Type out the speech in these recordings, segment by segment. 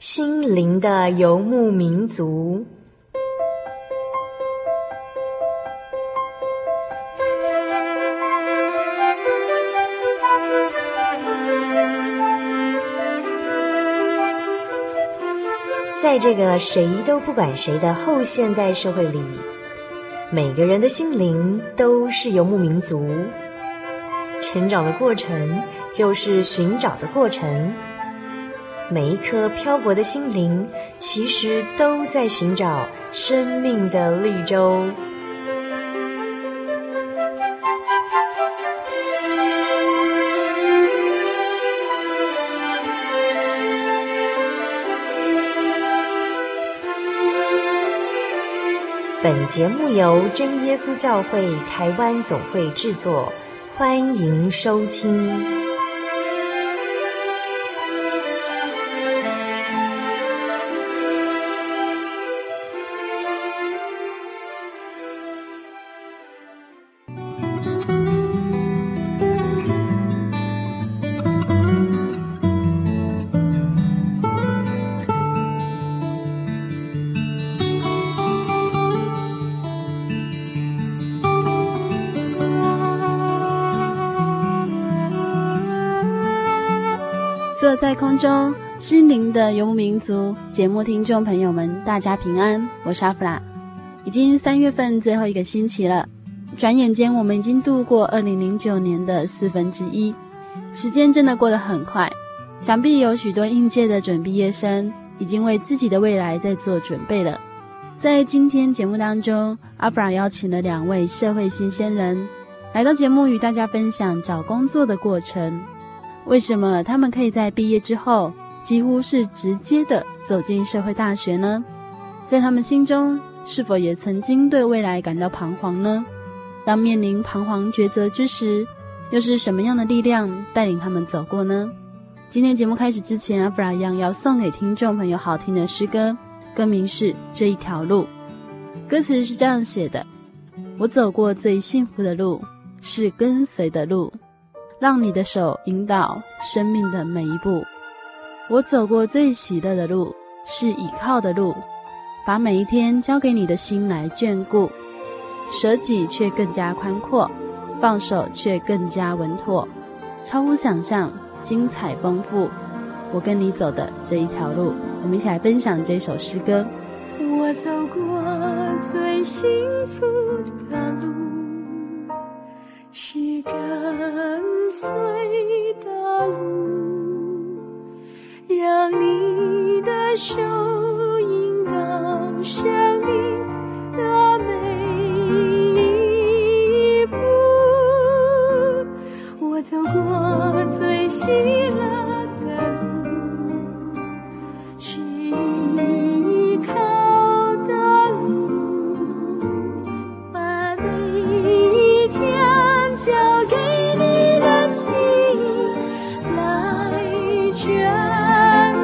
心灵的游牧民族。在这个谁都不管谁的后现代社会里，每个人的心灵都是游牧民族。成长的过程就是寻找的过程，每一颗漂泊的心灵其实都在寻找生命的绿洲。本节目由真耶稣教会台湾总会制作，欢迎收听。 坐在空中，心灵的游牧民族节目听众朋友们，大家平安，我是阿弗拉。已经3月份最后一个星期了，转眼间我们已经度过2009年的1/4，时间真的过得很快。想必有许多应届的准毕业生已经为自己的未来在做准备了。在今天节目当中，阿弗拉邀请了2位社会新鲜人来到节目，与大家分享找工作的过程。为什么他们可以在毕业之后几乎是直接的走进社会大学呢？在他们心中是否也曾经对未来感到彷徨呢？当面临彷徨抉择之时，又是什么样的力量带领他们走过呢？今天节目开始之前，阿弗拉一样要送给听众朋友好听的诗歌，歌名是《这一条路》。歌词是这样写的：我走过最幸福的路，是跟随的路，让你的手引导生命的每一步。我走过最喜乐的路，是倚靠的路，把每一天交给你的心来眷顾，舍己却更加宽阔，放手却更加稳妥，超乎想象，精彩丰富。我跟你走的这一条路，我们一起来分享这首诗歌。 我走过最幸福的路，是跟随的路，让你的手引导生命的每一步。我走过最喜乐的路，是依靠的路，把每一天交给你的心来眷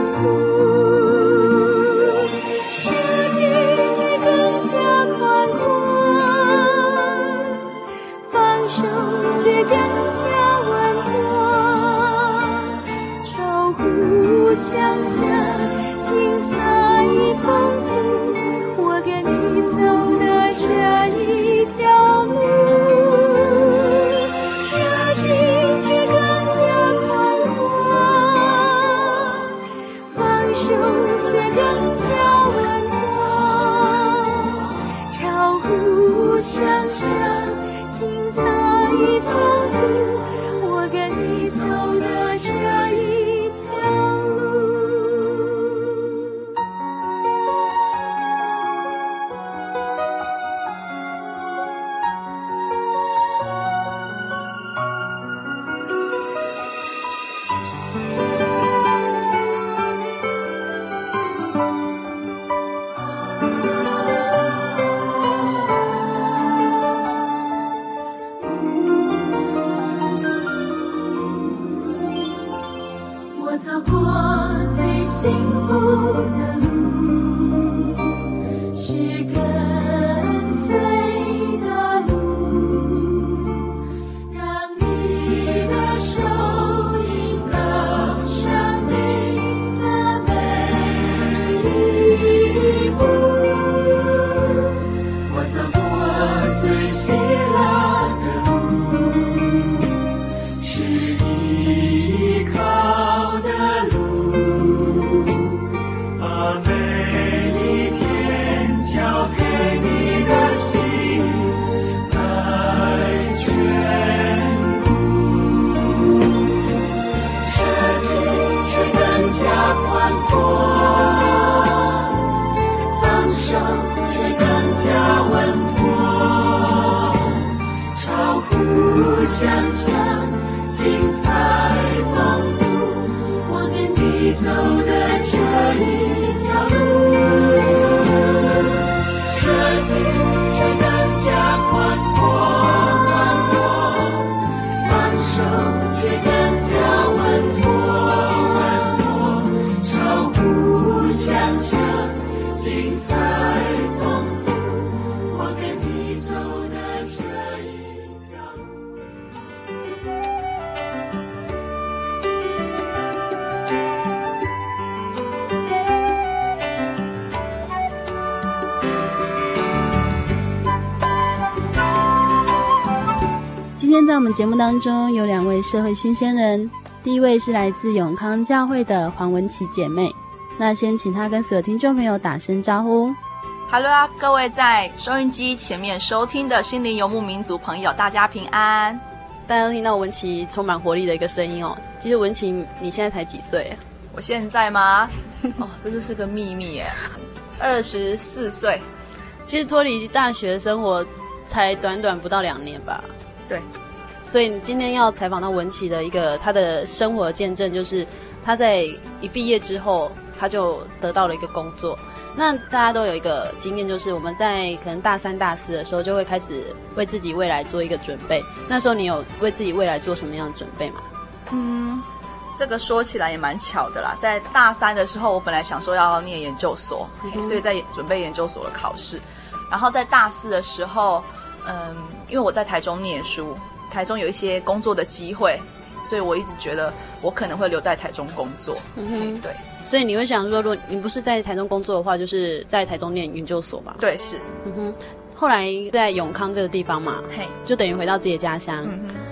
顾，舍己却更加宽阔，放手却更加稳妥，超乎想象，精彩丰富。我跟你走的这一条路，舍己却更加宽阔，放手却更加稳妥，超乎想象，精彩丰富。我跟你走的这一条路。我走过最幸福的路，是跟随的路，让你的手引导生命的每妥，放手却更加稳妥，超乎想象，精彩丰富，我跟你走的这一条路，设计却更加宽阔，放手却更加稳妥，超乎想象，精彩丰富，我跟你走的这一条路。 今天在我们节目当中有2位社会新鲜人，第一位是来自永康教会的黄文琪姐妹，那先请她跟所有听众朋友打声招呼。 Hello 啊，各位在收音机前面收听的心灵游牧民族朋友，大家平安。 大家都听到文琪充满活力的一个声音哦。其实文琪，你现在才几岁？ 我现在吗？哦，这就是个秘密耶，24岁。 其实脱离大学生活才短短不到2年吧。 对， 所以你今天要采访到文琪的一个他的生活见证，就是他在一毕业之后，他就得到了一个工作。那大家都有一个经验，就是我们在可能大3、大4的时候，就会开始为自己未来做一个准备。那时候你有为自己未来做什么样的准备吗？ 这个说起来也蛮巧的啦。在大3的时候，我本来想说要念研究所，所以在准备研究所的考试。然后在大4的时候，因为我在台中念书，台中有一些工作的机会，所以我一直觉得我可能会留在台中工作。对。 所以你会想说，如果你不是在台中工作的话，就是在台中念研究所嘛？ 对，是。 后来在永康这个地方嘛，就等于回到自己的家乡。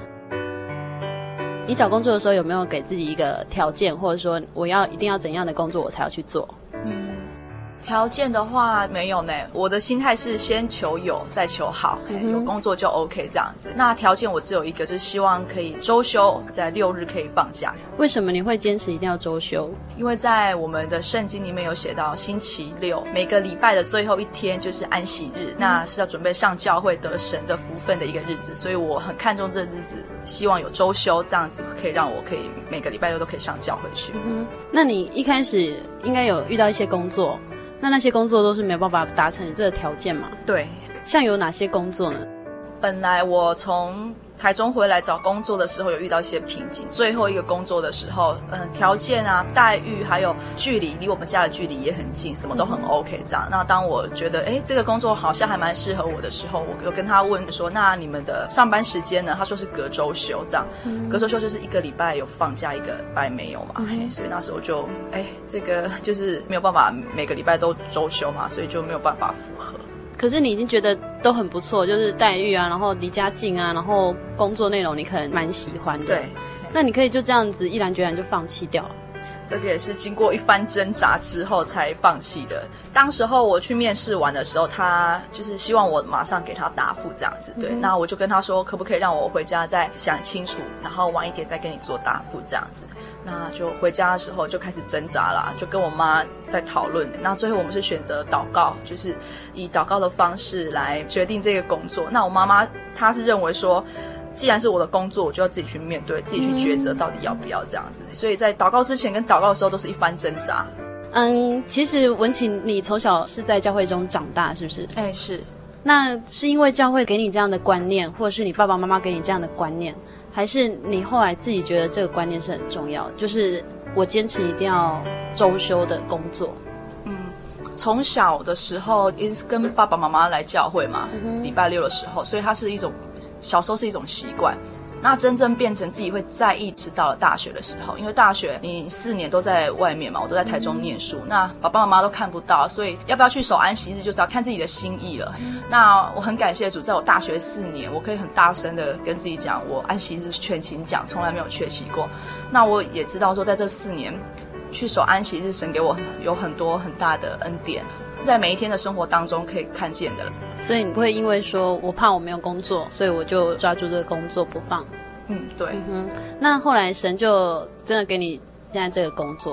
你找工作的时候有没有给自己一个条件，或者说我一定要怎样的工作我才要去做？ 条件的话没有呢，我的心态是先求有再求好，有工作就 OK 这样子。那条件我只有一个，就是希望可以周休，在6日可以放假。 为什么你会坚持一定要周休？ 因为在我们的圣经里面有写到，星期6每个礼拜的最后一天就是安息日，那是要准备上教会得神的福分的一个日子，所以我很看重这日子，希望有周休，这样子可以让我可以每个礼拜6都可以上教会去。 那你一开始应该有遇到一些工作，那些工作都是没有办法达成你这个条件嘛？ 对。 像有哪些工作呢？ 本来我从台中回来找工作的时候有遇到一些瓶颈，最后一个工作的时候，条件啊、待遇还有距离，离我们家的距离也很近，什么都很 OK 这样。那当我觉得这个工作好像还蛮适合我的时候，我有跟他问说，那你们的上班时间呢？他说是隔周休这样，隔周休就是1个礼拜有放假，1个礼拜没有嘛，所以那时候就这个就是没有办法每个礼拜都周休嘛，所以就没有办法符合。 可是你已经觉得都很不错，就是待遇啊，然后离家近啊，然后工作内容你可能蛮喜欢的。 对， 那你可以就这样子毅然决然就放弃掉了。 这个也是经过一番挣扎之后才放弃的。当时候我去面试完的时候，他就是希望我马上给他答复这样子。对，那我就跟他说，可不可以让我回家再想清楚，然后晚一点再跟你做答复这样子。那就回家的时候就开始挣扎啦，就跟我妈在讨论。那最后我们是选择祷告，就是以祷告的方式来决定这个工作。那我妈妈她是认为说，既然是我的工作，我就要自己去面对，自己去抉择到底要不要这样子。所以在祷告之前跟祷告的时候都是一番挣扎。 其实文琪你从小是在教会中长大是不是？ 是。 那是因为教会给你这样的观念，或者是你爸爸妈妈给你这样的观念，还是你后来自己觉得这个观念是很重要的，就是我坚持一定要周休的工作？ 从小的时候也是跟爸爸妈妈来教会嘛，礼拜6的时候，所以它是一种小时候是一种习惯。那真正变成自己会在意是到了大学的时候，因为大学你4年都在外面嘛，我都在台中念书，那爸爸妈妈都看不到，所以要不要去守安息日就是要看自己的心意了。那我很感谢主，在我大学4年，我可以很大声的跟自己讲，我安息日全勤讲，从来没有缺席过。那我也知道说，在这4年去守安息日，神给我有很多很大的恩典，在每一天的生活当中可以看见的。 所以你不会因为说我怕我没有工作，所以我就抓住这个工作不放。 对。 那后来神就真的给你现在这个工作。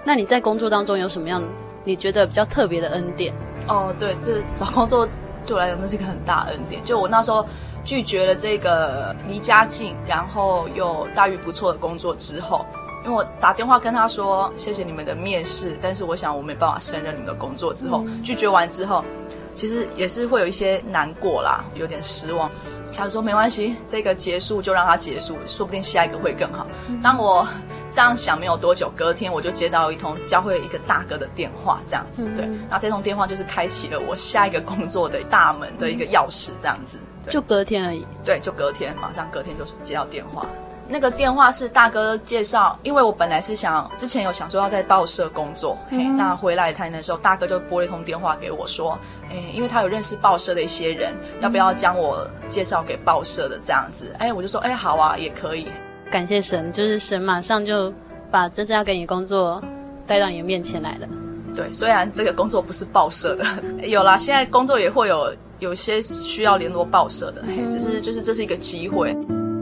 那你在工作当中有什么样你觉得比较特别的恩典？ 哦，对，这找工作对我来讲那是一个很大的恩典。就我那时候拒绝了这个离家近，然后又待遇不错的工作之后，因为我打电话跟他说谢谢你们的面试，但是我想我没办法胜任你们的工作之后，拒绝完之后，其实也是会有一些难过啦，有点失望。想说没关系，这个结束就让它结束，说不定下一个会更好。当我这样想没有多久，隔天我就接到一通教会一个大哥的电话，这样子。对，那这通电话就是开启了我下一个工作的大门的一个钥匙，这样子。 就隔天而已。对， 就隔天，马上隔天就接到电话。那个电话是大哥介绍，因为我本来是之前有想说要在报社工作，那回来台南的时候，大哥就拨了一通电话给我说，因为他有认识报社的一些人，要不要将我介绍给报社的这样子？我就说，好啊，也可以。 感谢神，就是神马上就把真正要给你工作带到你的面前来了。 对，虽然这个工作不是报社的，有啦，现在工作也会有些需要联络报社的，只是就是这是一个机会。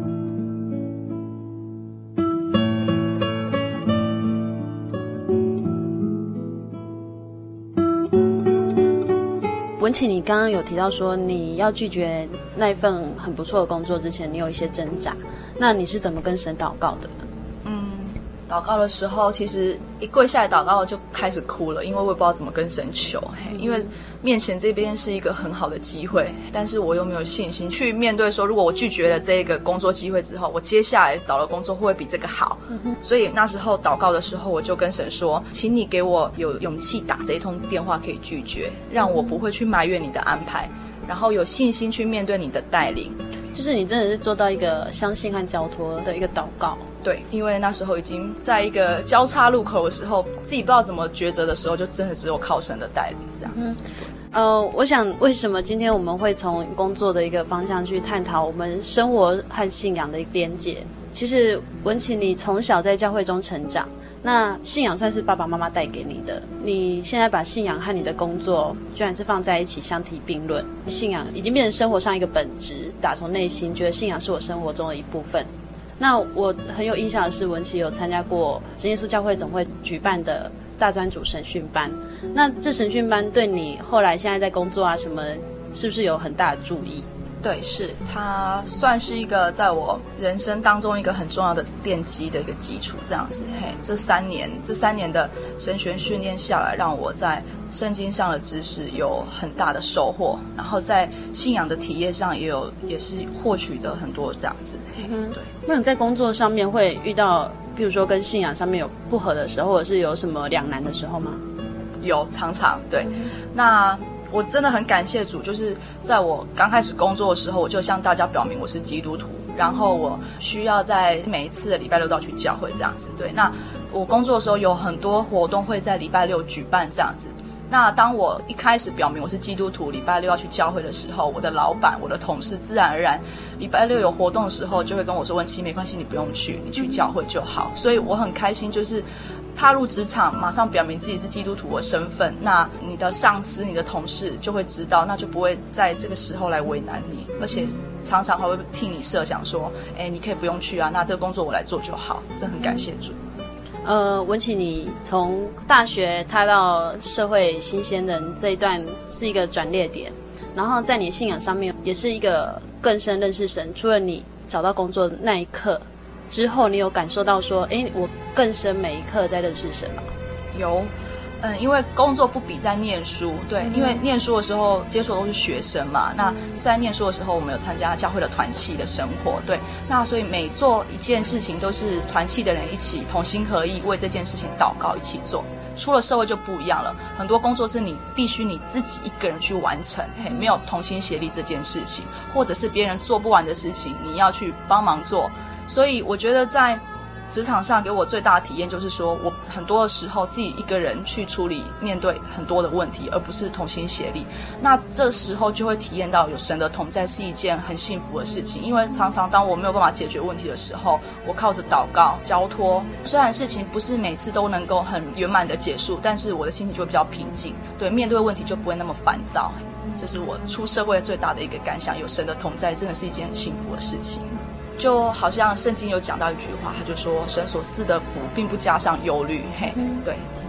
文琪，你刚刚有提到说你要拒绝那一份很不错的工作之前，你有一些挣扎，那你是怎么跟神祷告的？ 祷告的时候，其实一跪下来祷告就开始哭了，因为我也不知道怎么跟神求，因为面前这边是一个很好的机会，但是我又没有信心去面对说，如果我拒绝了这个工作机会之后，我接下来找的工作会不会比这个好？所以那时候祷告的时候，我就跟神说，请你给我有勇气打这一通电话可以拒绝，让我不会去埋怨你的安排，然后有信心去面对你的带领。 就是你真的是做到一个相信和交托的一个祷告。 对，因为那时候已经在一个交叉路口的时候，自己不知道怎么抉择的时候，就真的只有靠神的带领这样子。 我想为什么今天我们会从工作的一个方向去探讨我们生活和信仰的一个连结？其实文琪，你从小在教会中成长，那信仰算是爸爸妈妈带给你的，你现在把信仰和你的工作居然是放在一起相提并论，信仰已经变成生活上一个本质，打从内心觉得信仰是我生活中的一部分。那我很有印象的是，文琪有参加过真耶稣教会总会举办的大专主神训班，那这神训班对你后来现在在工作啊什么，是不是有很大的注意？ 对，是它算是一个在我人生当中一个很重要的奠基的一个基础，这样子。这三年的神学训练下来，让我在圣经上的知识有很大的收获，然后在信仰的体验上也是获取的很多这样子。对。 那你在工作上面会遇到，比如说跟信仰上面有不合的时候，或者是有什么两难的时候吗？ 有，常常。对。那我真的很感谢主，就是在我刚开始工作的时候，我就向大家表明我是基督徒，然后我需要在每一次的礼拜六都要去教会这样子。对，那我工作的时候有很多活动会在礼拜六举办这样子。那当我一开始表明我是基督徒，礼拜六要去教会的时候，我的老板、我的同事自然而然礼拜六有活动的时候就会跟我说，文琪没关系，你不用去，你去教会就好。所以我很开心，就是踏入职场马上表明自己是基督徒的身份，那你的上司、你的同事就会知道，那就不会在这个时候来为难你，而且常常还会替你设想说，你可以不用去啊，那这个工作我来做就好。真的很感谢主。 文琪，你从大学踏到社会新鲜人这一段是一个转捩点，然后在你信仰上面也是一个更深认识神。除了你找到工作的那一刻之后，你有感受到说，我更深每一刻在认识神吗？ 有。因为工作不比在念书，对，因为念书的时候接触的都是学生嘛，那在念书的时候我们有参加教会的团契的生活，对，那所以每做一件事情都是团契的人一起同心合意为这件事情祷告一起做。出了社会就不一样了，很多工作是你必须你自己一个人去完成，没有同心协力这件事情，或者是别人做不完的事情你要去帮忙做。所以我觉得在职场上给我最大的体验就是说，我很多的时候自己一个人去处理面对很多的问题，而不是同心协力。那这时候就会体验到有神的同在是一件很幸福的事情，因为常常当我没有办法解决问题的时候，我靠着祷告交托，虽然事情不是每次都能够很圆满的结束，但是我的心情就会比较平静，对，面对问题就不会那么烦躁。这是我出社会最大的一个感想，有神的同在真的是一件很幸福的事情。就好像圣经有讲到一句话，他就说神所赐的福并不加上忧虑，对，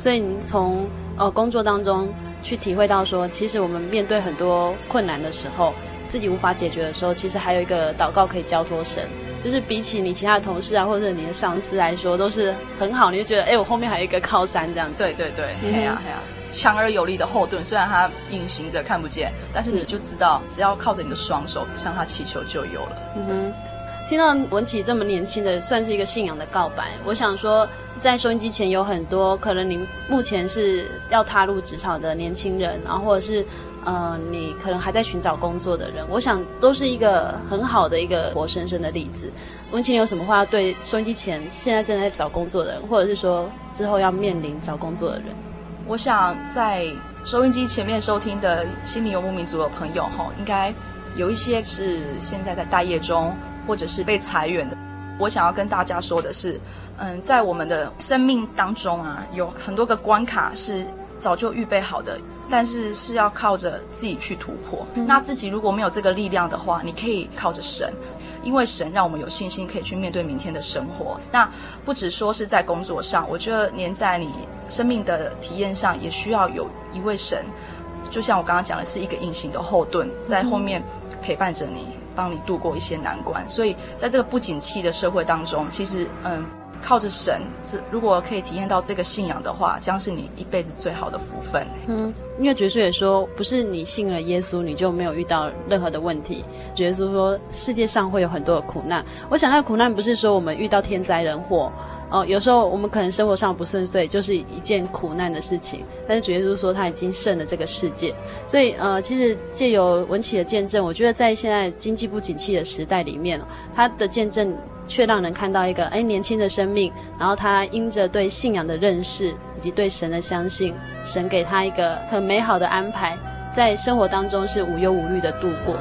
所以你从工作当中去体会到说，其实我们面对很多困难的时候，自己无法解决的时候，其实还有一个祷告可以交托神，就是比起你其他的同事啊，或者你的上司来说，都是很好，你就觉得我后面还有一个靠山这样子。 对对对，嘿呀嘿呀，强而有力的后盾，虽然它隐形着看不见，但是你就知道，只要靠着你的双手向他祈求就有了。 听到文琪这么年轻的，算是一个信仰的告白。我想说，在收音机前有很多可能你目前是要踏入职场的年轻人，然后或者是你可能还在寻找工作的人，我想都是一个很好的一个活生生的例子。文琪，你有什么话要对收音机前现在正在找工作的人，或者是说之后要面临找工作的人？ 我想在收音机前面收听的心灵游牧民族的朋友应该有一些是现在在待业中，或者是被裁员的。我想要跟大家说的是，在我们的生命当中啊，有很多个关卡是早就预备好的，但是要靠着自己去突破。那自己如果没有这个力量的话，你可以靠着神，因为神让我们有信心可以去面对明天的生活。那不只说是在工作上，我觉得连在你生命的体验上也需要有一位神，就像我刚刚讲的，是一个隐形的后盾，在后面陪伴着你，帮你度过一些难关。所以在这个不景气的社会当中，其实靠着神，如果可以体验到这个信仰的话，将是你一辈子最好的福分。 因为耶稣也说，不是你信了耶稣你就没有遇到任何的问题。耶稣说世界上会有很多的苦难，我想那个苦难不是说我们遇到天灾人祸，有时候我们可能生活上不顺遂，就是一件苦难的事情，但是主耶稣说他已经胜了这个世界。所以其实借由文琪的见证，我觉得在现在经济不景气的时代里面，他的见证却让人看到一个年轻的生命，然后他因着对信仰的认识以及对神的相信，神给他一个很美好的安排，在生活当中是无忧无虑的度过。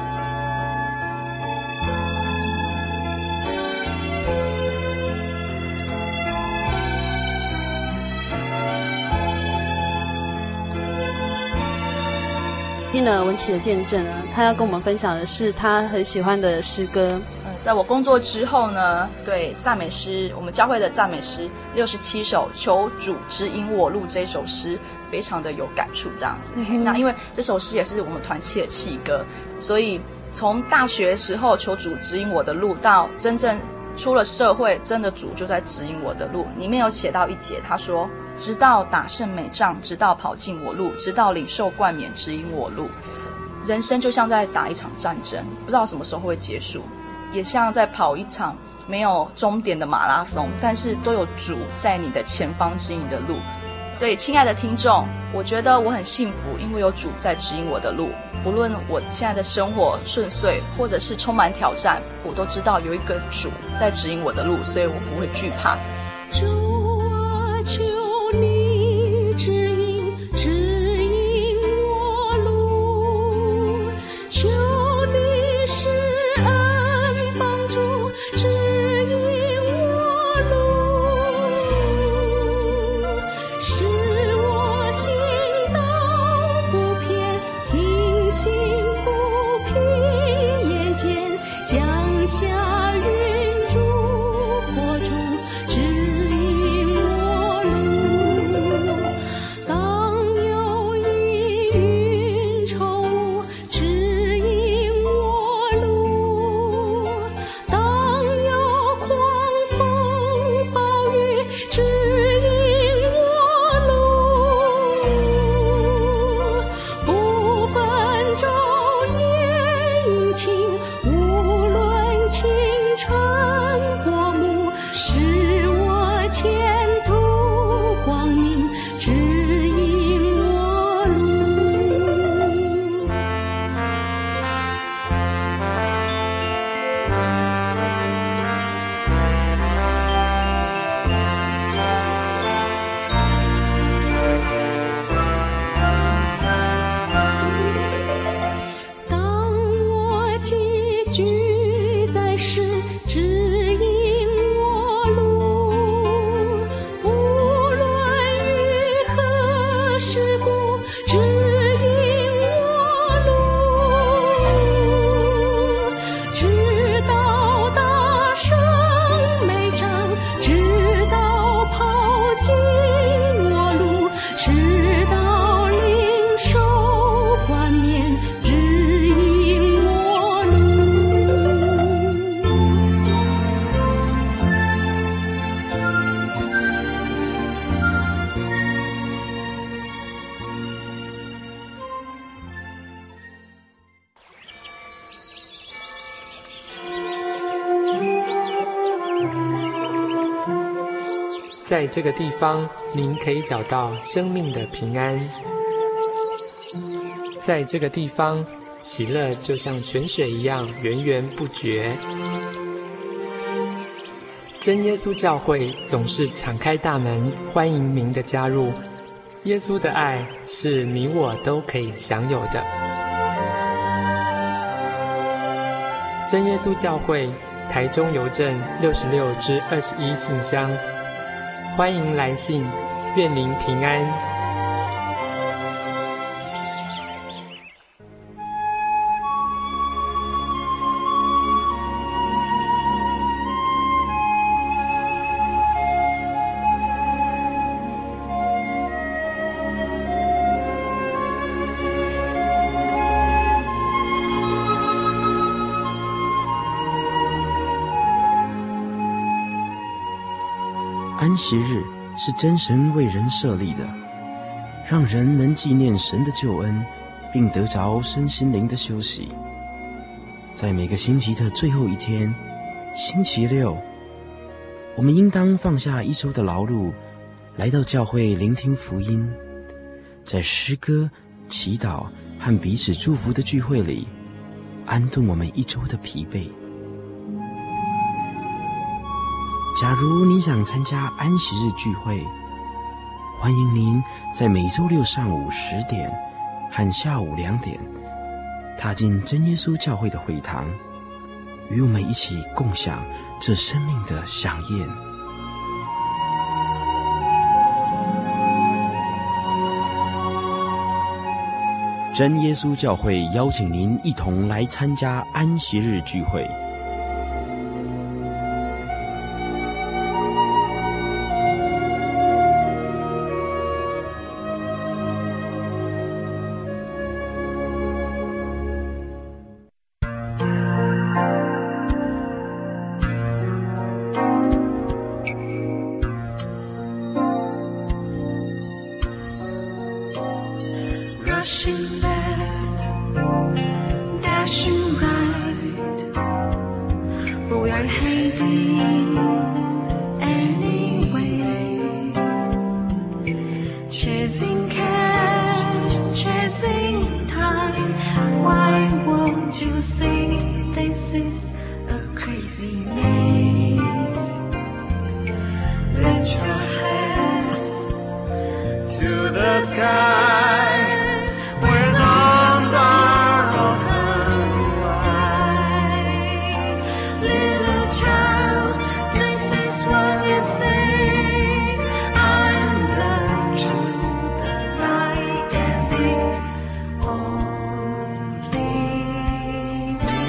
听了文琪的见证呢，他要跟我们分享的是他很喜欢的诗歌。 在我工作之后呢，对赞美诗，我们教会的赞美诗67首，求主指引我路这首诗非常的有感触这样子。那因为这首诗也是我们团契的契歌，所以从大学时候求主指引我的路，到真正出了社会，真的主就在指引我的路。里面有写到一节，他说直到打胜美仗，直到跑进我路，直到领受冠冕指引我路。人生就像在打一场战争，不知道什么时候会结束，也像在跑一场没有终点的马拉松，但是都有主在你的前方指引的路。所以亲爱的听众，我觉得我很幸福，因为有主在指引我的路。不论我现在的生活顺遂，或者是充满挑战，我都知道有一个主在指引我的路，所以我不会惧怕。 主啊，求你指引我路，求你施恩帮助指引我路，使我行道不偏，平行不平，眼前降下云柱火柱指引我路。当有阴云愁雾指引我路，当有狂风暴雨指引我路，不分昼夜阴晴，无论清晨薄暮，使我前途光明指引我路。当我寄居在世，指引我路，无论遇何事故，指引我路，直到打胜美仗，直到跑进我在这个地方，您可以找到生命的平安。在这个地方，喜乐就像泉水一样源源不绝。真耶稣教会总是敞开大门，欢迎您的加入。耶稣的爱是你我都可以享有的。真耶稣教会台中邮政66-21信箱，欢迎来信，愿您平安。 安息日是真神为人设立的，让人能纪念神的救恩，并得着身心灵的休息。在每个星期的最后一天，星期六，我们应当放下一周的劳碌，来到教会聆听福音，在诗歌、祈祷和彼此祝福的聚会里，安顿我们一周的疲惫。假如你想参加安息日聚会，欢迎您在每周六上午10点和下午2点踏进真耶稣教会的会堂，与我们一起共享这生命的飨宴。真耶稣教会邀请您一同来参加安息日聚会。 Rushing left, dashing right, for we are heading anyway. Chasing cash, chasing time. Why won't you see this is a crazy maze? Lift your head to the sky.Where arms are open wide, little child, this is what it says. I'm the truth, the light, and the only way.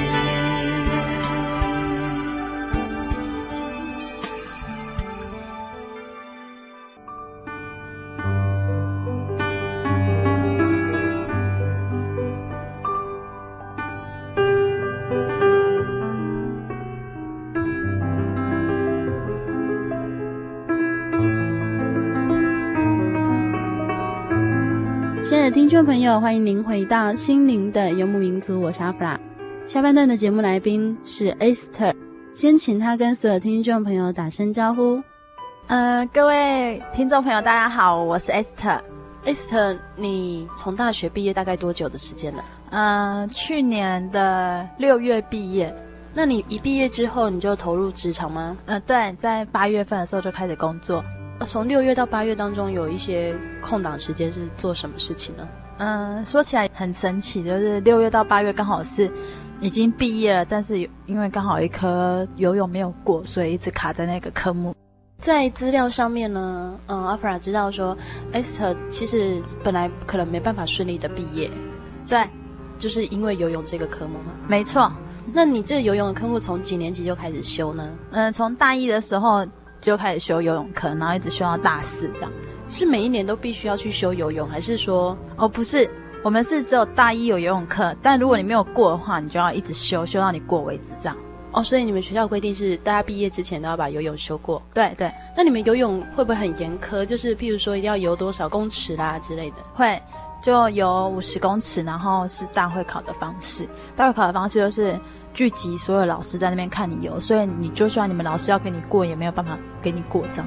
亲爱的听众朋友，欢迎您回到心灵的游牧民族，我是阿弗拉。下半段的节目来宾是 Esther， 先请她跟所有听众朋友打声招呼。 各位听众朋友大家好，我是 Esther。 你从大学毕业大概多久的时间了？ 去年的6月毕业。 那你一毕业之后你就投入职场吗？ 对，在8月份的时候就开始工作。 从6月到8月当中有一些空档时间是做什么事情呢？ 说起来很神奇，就是6月到8月刚好是已经毕业了，但是因为刚好一科游泳没有过，所以一直卡在那个科目。 在资料上面呢，阿弗拉知道说 Esther 其实本来可能没办法顺利的毕业。 对， 就是因为游泳这个科目吗？ 没错。 那你这游泳的科目从几年级就开始修呢？ 从大一的时候就开始修游泳课，然后一直修到大4这样。 是每一年都必须要去修游泳，还是说？ 不是，我们是只有大一有游泳课，但如果你没有过的话，你就要一直修到你过为止这样。 所以你们学校规定是大家毕业之前都要把游泳修过。 对对。 那你们游泳会不会很严苛？就是譬如说一定要游多少公尺啦之类的？ 会，就游50公尺，然后是大会考的方式。大会考的方式就是聚集所有老师在那边看你游，所以你就算你们老师要给你过，也没有办法给你过这样。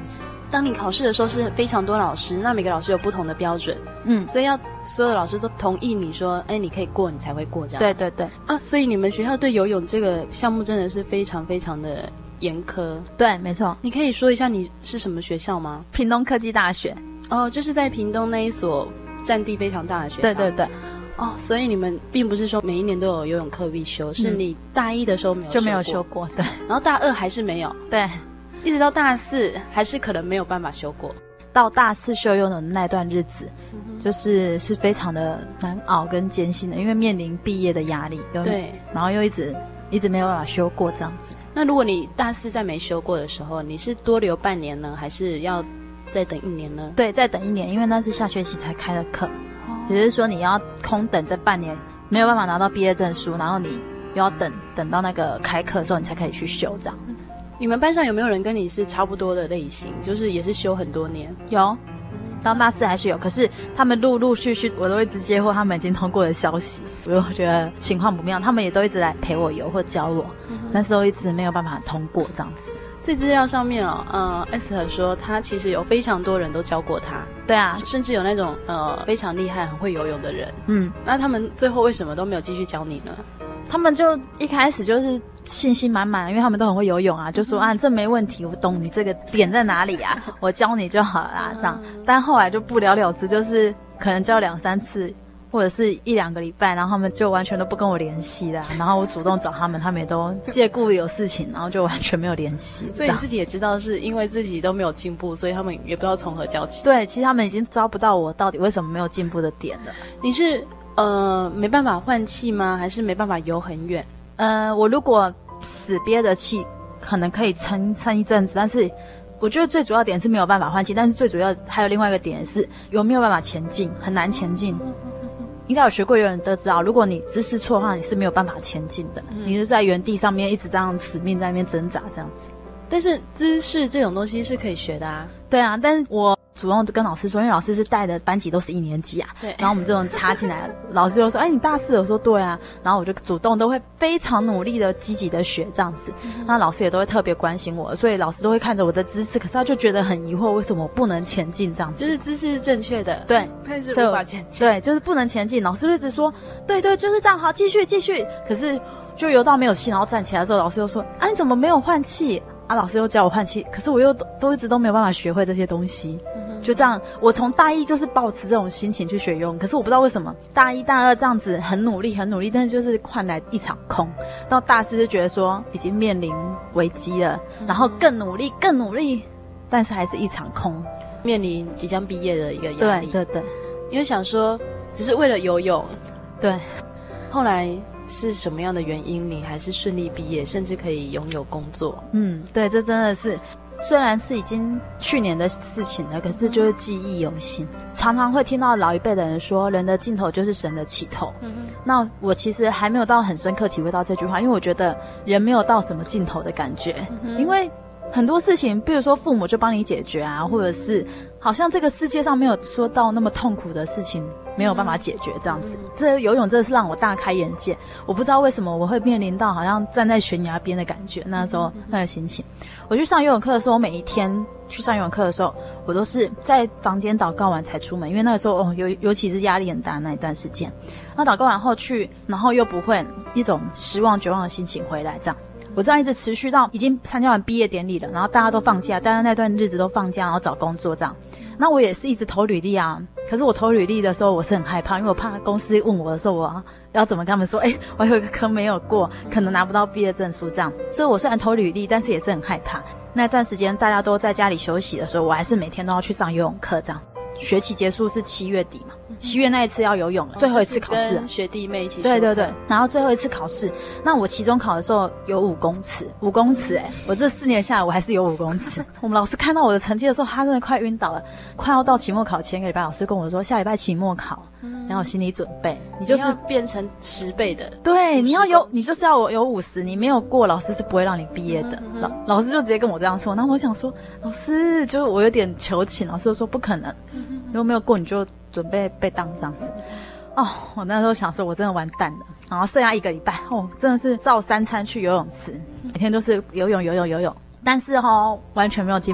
当你考试的时候是非常多老师，那每个老师有不同的标准，所以要所有的老师都同意你说，哎，你可以过，你才会过这样。 对对对啊，所以你们学校对游泳这个项目真的是非常非常的严苛。 对，没错。 你可以说一下你是什么学校吗？ 屏东科技大学。 哦，就是在屏东那一所占地非常大的学校。 对对对。 哦，所以你们并不是说每一年都有游泳课必修，是你大一的时候没有修过， 对， 然后大二还是没有， 对， 一直到大四还是可能没有办法修过。 到大四修游泳的那段日子，是非常的难熬跟艰辛的，因为面临毕业的压力， 对， 然后又一直没有办法修过这样子。 那如果你大四在没修过的时候，你是多留半年呢，还是要再等1年呢？ 对，再等1年，因为那是下学期才开的课。也就是说，你要空等这半年，没有办法拿到毕业证书，然后你又要等到那个开课的时候，你才可以去修这样。 你们班上有没有人跟你是差不多的类型，就是也是修很多年？ 有，到大四还是有，可是他们陆陆续续我都一直接获他们已经通过的消息，我觉得情况不妙，他们也都一直来陪我游或教我，但是都一直没有办法通过这样子。 在资料上面Esther 说他其实有非常多人都教过他。 对啊， 甚至有那种非常厉害很会游泳的人。那他们最后为什么都没有继续教你呢？ 他们就一开始就是信心满满，因为他们都很会游泳啊，就说啊这没问题，我懂你这个点在哪里啊，我教你就好啦这样。但后来就不了了之，就是可能教2-3次或者是1-2个礼拜，然后他们就完全都不跟我联系了，然后我主动找他们，他们也都借故有事情，然后就完全没有联系。 所以你自己也知道是因为自己都没有进步，所以他们也不知道从何教起。 对，其实他们已经抓不到我到底为什么没有进步的点了。 你是没办法换气吗？还是没办法游很远？ 我如果死憋的气，可能可以撑一阵子，但是我觉得最主要点是没有办法换气，但是最主要还有另外一个点是有没有办法前进，很难前进。应该有学过游泳都知道，如果你姿势错的话，你是没有办法前进的，你就在原地上面一直这样死命在那边挣扎这样子。 但是姿势这种东西是可以学的啊。 对啊，但是我主动跟老师说，因为老师是带的班级都是1年级啊， 对， 然后我们这种插进来，老师就说，哎，你大4？我说对啊，然后我就主动都会非常努力的、积极的学这样子，那老师也都会特别关心我，所以老师都会看着我的姿势，可是他就觉得很疑惑，为什么我不能前进这样子？ 就是姿势是正确的， 对， 但是无法前进， 对，就是不能前进。老师就一直说，对对，就是这样，好，继续。可是就游到没有气，然后站起来的时候，老师又说，啊，你怎么没有换气？啊，老师又教我换气，可是我又都一直都没有办法学会这些东西。就这样，我从大1就是抱持这种心情去学游泳，可是我不知道为什么大1、大2这样子很努力，但是就是换来一场空。到大4就觉得说已经面临危机了，然后更努力，但是还是一场空， 面临即将毕业的一个压力。 对， 因为想说只是为了游泳， 对。 后来是什么样的原因，你还是顺利毕业，甚至可以拥有工作？ 对，这真的是。虽然是已经去年的事情了，可是就是记忆犹新。常常会听到老一辈的人说，人的尽头就是神的起头。那我其实还没有到很深刻体会到这句话，因为我觉得人没有到什么尽头的感觉。因为很多事情，比如说父母就帮你解决啊，或者是好像这个世界上没有说到那么痛苦的事情没有办法解决这样子。这游泳真的是让我大开眼界，我不知道为什么我会面临到好像站在悬崖边的感觉。那时候那个心情，我去上游泳课的时候，每一天去上游泳课的时候，我都是在房间祷告完才出门，因为那个时候尤其是压力很大那一段时间。那祷告完后去，然后又不会一种失望绝望的心情回来这样。我这样一直持续到已经参加完毕业典礼了，然后大家都放假，大家那段日子都放假，然后找工作这样。那我也是一直投履历啊，可是我投履历的时候我是很害怕，因为我怕公司问我的时候我要怎么跟他们说，我有一个科没有过，可能拿不到毕业证书这样。所以我虽然投履历，但是也是很害怕。那段时间大家都在家里休息的时候，我还是每天都要去上游泳课这样。学期结束是7月底嘛，7月那一次要游泳了，最后一次考试， 跟学弟妹一起。 对，然后最后一次考试，那我期中考的时候有5公尺，5公尺我这4年下来我还是有5公尺。我们老师看到我的成绩的时候，他真的快晕倒了。快要到期末考前个礼拜，老师跟我说，下礼拜期末考，然后有心理准备，你就是变成10倍的。 对，你要有，你就是要有50，你没有过，老师是不会让你毕业的。老师就直接跟我这样说，然后我想说，老师就是我有点求情，老师就说不可能。如果没有过，你就准备被当这样子。我那时候想说，我真的完蛋了。然后剩下1个礼拜，真的是照3餐去游泳池，每天都是游泳。但是完全没有进步，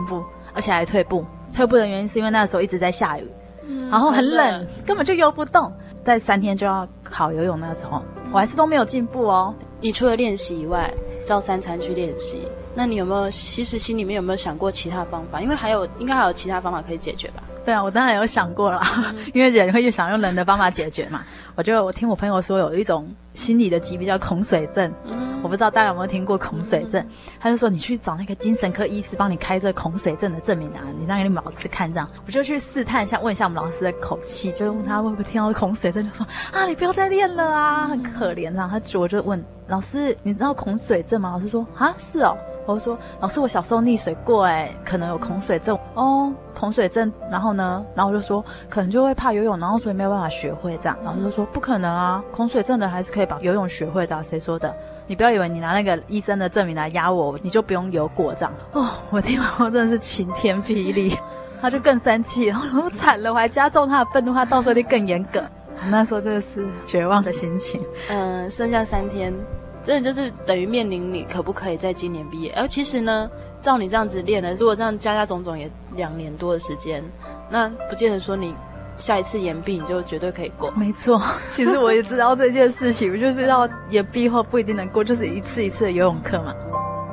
而且还退步。退步的原因是因为那时候一直在下雨，然后很冷，根本就游不动。在3天就要考游泳，那个时候我还是都没有进步哦。 你除了练习以外，照3餐去练习，那你有没有其实心里面有没有想过其他方法？因为应该还有其他方法可以解决吧？对啊，我当然有想过啦，因为人会想用人的方法解决嘛。我听我朋友说有一种心理的疾病叫恐水症，我不知道大家有没有听过恐水症。他就说你去找那个精神科医师帮你开这恐水症的证明啊，你让你们老师看这样。我就去试探一下，问一下我们老师的口气，就问他会不会听到恐水症，就说啊你不要再练了啊，很可怜啊。我就问老师你知道恐水症吗？老师说啊是哦。我说老师我小时候溺水过可能有恐水症哦。恐水症然后呢，然后我就说可能就会怕游泳，然后所以没有办法学会这样。老师就说不可能啊，恐水症的还是可以把游泳学会的谁说的？你不要以为你拿那个医生的证明来压我，你就不用游过这样。我听完后真的是晴天霹雳，他就更生气，然后我惨了，我还加重他的愤怒，他到时候一定更严格。那时候真的是绝望的心情。 剩下3天真的就是等于面临你可不可以在今年毕业。而其实呢，照你这样子练了，如果这样加种种也2年多的时间，那不见得说你下一次延毕你就绝对可以过。 没错，其实我也知道这件事情，我就知道延毕后不一定能过，就是一次一次的游泳课嘛。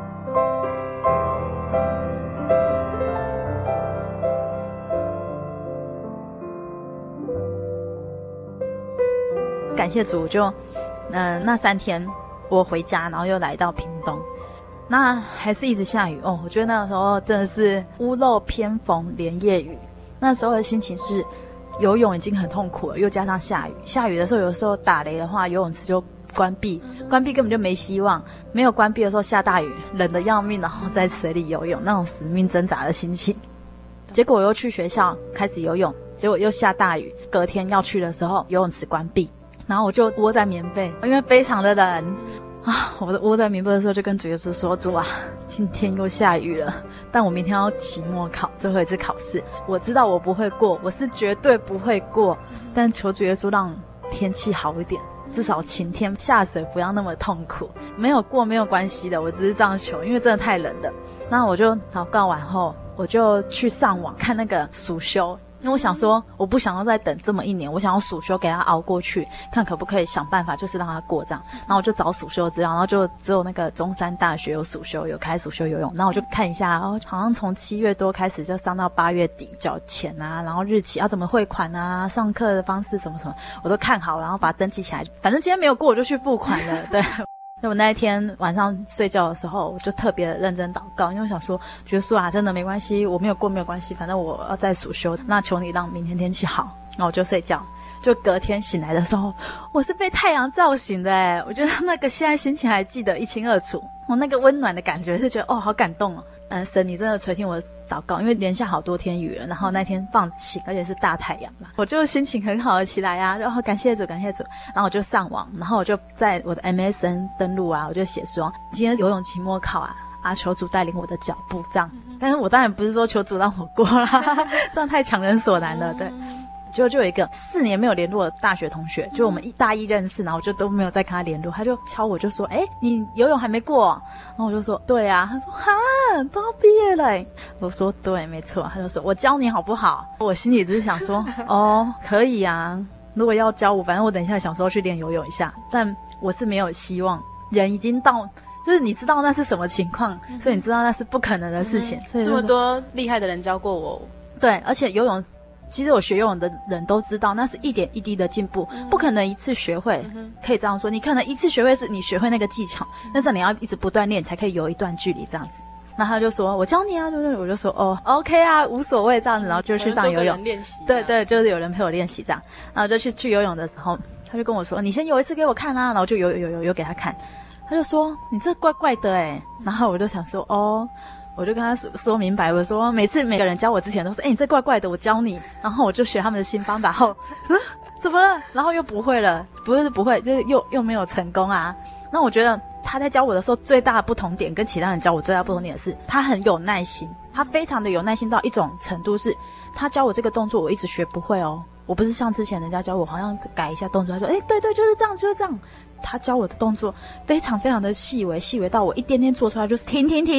感谢主，就那3天我回家，然后又来到屏东，那还是一直下雨我觉得那个时候真的是屋漏偏逢连夜雨。那时候的心情是游泳已经很痛苦了，又加上下雨，下雨的时候有时候打雷的话，游泳池就关闭根本就没希望。没有关闭的时候下大雨，冷得要命，然后在水里游泳，那种死命挣扎的心情。结果我又去学校开始游泳，结果又下大雨，隔天要去的时候游泳池关闭，然后我就窝在棉被，因为非常的冷我窝在棉被的时候就跟主耶稣说，主啊，今天又下雨了，但我明天要期末考，最后一次考试，我知道我不会过，我是绝对不会过，但求主耶稣让天气好一点，至少晴天，下水不要那么痛苦。没有过没有关系的，我只是这样求，因为真的太冷了。那我就祷告完后，我就去上网看那个暑修，因为我想说我不想要再等这么1年，我想要暑修给他熬过去，看可不可以想办法就是让他过这样。然后我就找暑修资料，然后就只有那个中山大学有暑修，有开暑修游泳，然后我就看一下，好像从7月多开始就上到8月底缴钱啊，然后日期要怎么汇款啊，上课的方式什么什么我都看好，然后把它登记起来，反正今天没有过我就去付款了对。那我那一天晚上睡觉的时候，我就特别认真祷告，因为我想说觉得说真的没关系，我没有过没有关系，反正我要再暑修，那求你让明天天气好。然后我就睡觉，就隔天醒来的时候，我是被太阳照醒的我觉得那个现在心情还记得一清二楚，我那个温暖的感觉是觉得好感动神你真的垂听我的祷告，因为连下好多天雨了，然后那天放晴，而且是大太阳嘛，我就心情很好的起来然后感谢主，然后我就上网，然后我就在我的 MSN 登录我就写说今天游泳期末考求主带领我的脚步这样。但是我当然不是说求主让我过啦这样太强人所难了对。就有一个4年没有联络的大学同学，就我们大一认识，然后我就都没有再跟他联络，他就敲我就说你游泳还没过然后我就说对啊，他说都要毕业了我说对没错，他就说我教你好不好，我心里只是想说可以啊，如果要教我，反正我等一下想说去练游泳一下，但我是没有希望，人已经到就是你知道那是什么情况所以你知道那是不可能的事情所以这么多厉害的人教过我对，而且游泳其实我学游泳的人都知道那是一点一滴的进步不可能一次学会可以这样说，你可能一次学会是你学会那个技巧，但是你要一直不断练才可以游一段距离这样子。那他就说我教你啊，我就说OK 啊无所谓这样子，然后就去上游泳练习对对，就是有人陪我练习这样，然后就去游泳的时候他就跟我说你先游一次给我看然后就游给他看，他就说你这怪怪的然后我就想说我就跟他说明白，我说每个人教我之前都说你这怪怪的我教你，然后我就学他们的新方法后怎么了，然后又不会了，不会就是又没有成功那我觉得他在教我的时候最大的不同点跟其他人教我最大的不同点是他很有耐心，他非常的有耐心到一种程度是他教我这个动作我一直学不会我不是像之前人家教我好像改一下动作他说对就是这样就是这样，他教我的动作非常非常的细微到我一点点做出来就是停